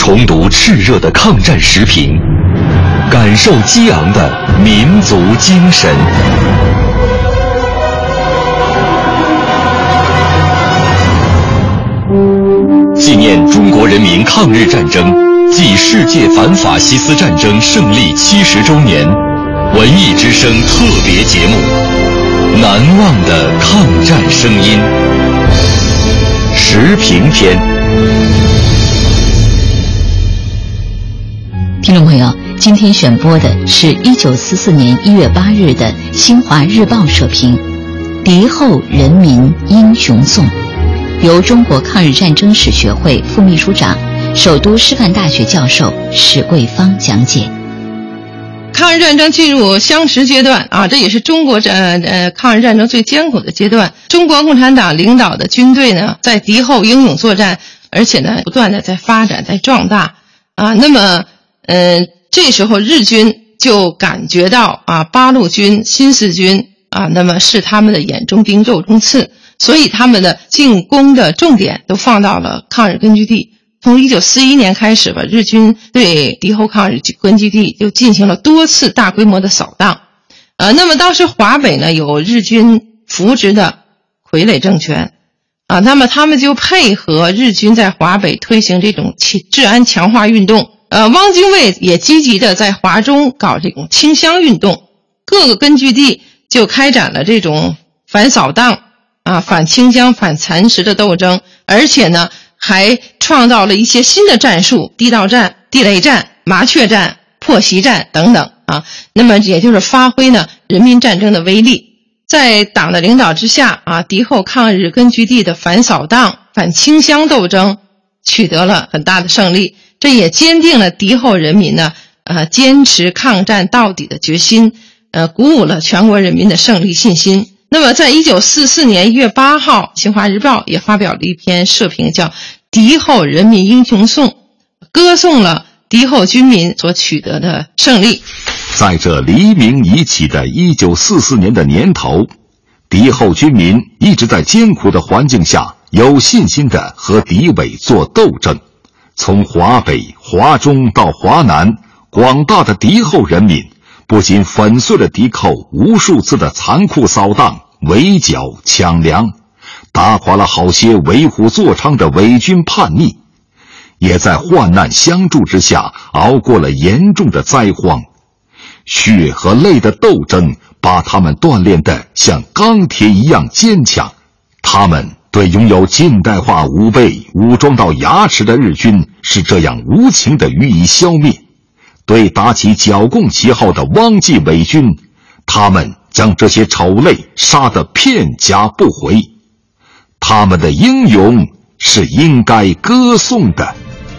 重读炽热的抗战时评，感受激昂的民族精神。纪念中国人民抗日战争暨世界反法西斯战争胜利70周年文艺之声特别节目《难忘的抗战声音》时评篇。 听众朋友，今天选播的是1944年1月8日的《新华日报》社评《敌后人民英雄颂》，由中国抗日战争史学会副秘书长、首都师范大学教授史桂芳讲解。 抗日战争进入相持阶段啊，这也是中国抗日战争最艰苦的阶段。中国共产党领导的军队呢，在敌后英勇作战，而且呢，不断的在发展、在壮大啊。那么，这时候日军就感觉到啊，八路军、新四军啊，那么是他们的眼中钉、肉中刺，所以他们的进攻的重点都放到了抗日根据地。从1941年开始吧，日军对敌后抗日根据地就进行了多次大规模的扫荡。那么当时华北呢有日军扶植的傀儡政权啊，那么他们就配合日军在华北推行这种治安强化运动。汪精卫也积极的在华中搞这种清乡运动，各个根据地就开展了这种反扫荡啊、反清乡、反蚕食的斗争，而且呢还创造了一些新的战术，地道战、地雷战、麻雀战、破袭战等等啊。那么也就是发挥呢人民战争的威力，在党的领导之下啊，敌后抗日根据地的反扫荡、反清乡斗争取得了很大的胜利，这也坚定了敌后人民呢坚持抗战到底的决心，鼓舞了全国人民的胜利信心。那么在1944年1月8号，新华日报也发表了一篇社评，叫《敌后人民英雄颂》，歌颂了敌后军民所取得的胜利。 在这黎明已起的1944年的年头，敌后军民一直在艰苦的环境下有信心地和敌伪做斗争。从华北、华中到华南，广大的敌后人民不仅粉碎了敌寇无数次的残酷扫荡、围剿、抢粮，打垮了好些为虎作伥的伪军叛逆，也在患难相助之下熬过了严重的灾荒。血和泪的斗争把他们锻炼得像钢铁一样坚强，他们对拥有近代化武备、武装到牙齿的日军是这样无情地予以消灭。对打起剿共旗号的汪继伪军，他们将这些丑类杀得片甲不回。他们的英勇是应该歌颂的。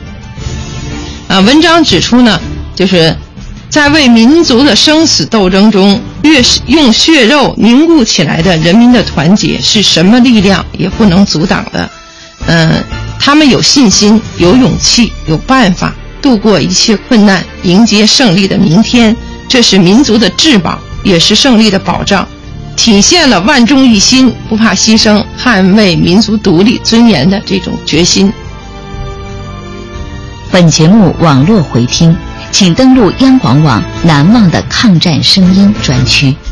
文章指出呢，就是在为民族的生死斗争中，用血肉凝固起来的人民的团结是什么力量也不能阻挡的。他们有信心、有勇气、有办法度过一切困难，迎接胜利的明天。这是民族的至宝，也是胜利的保障，体现了万众一心、不怕牺牲、捍卫民族独立尊严的这种决心。 本节目网络回听，请登录央广网难忘的抗战声音专区。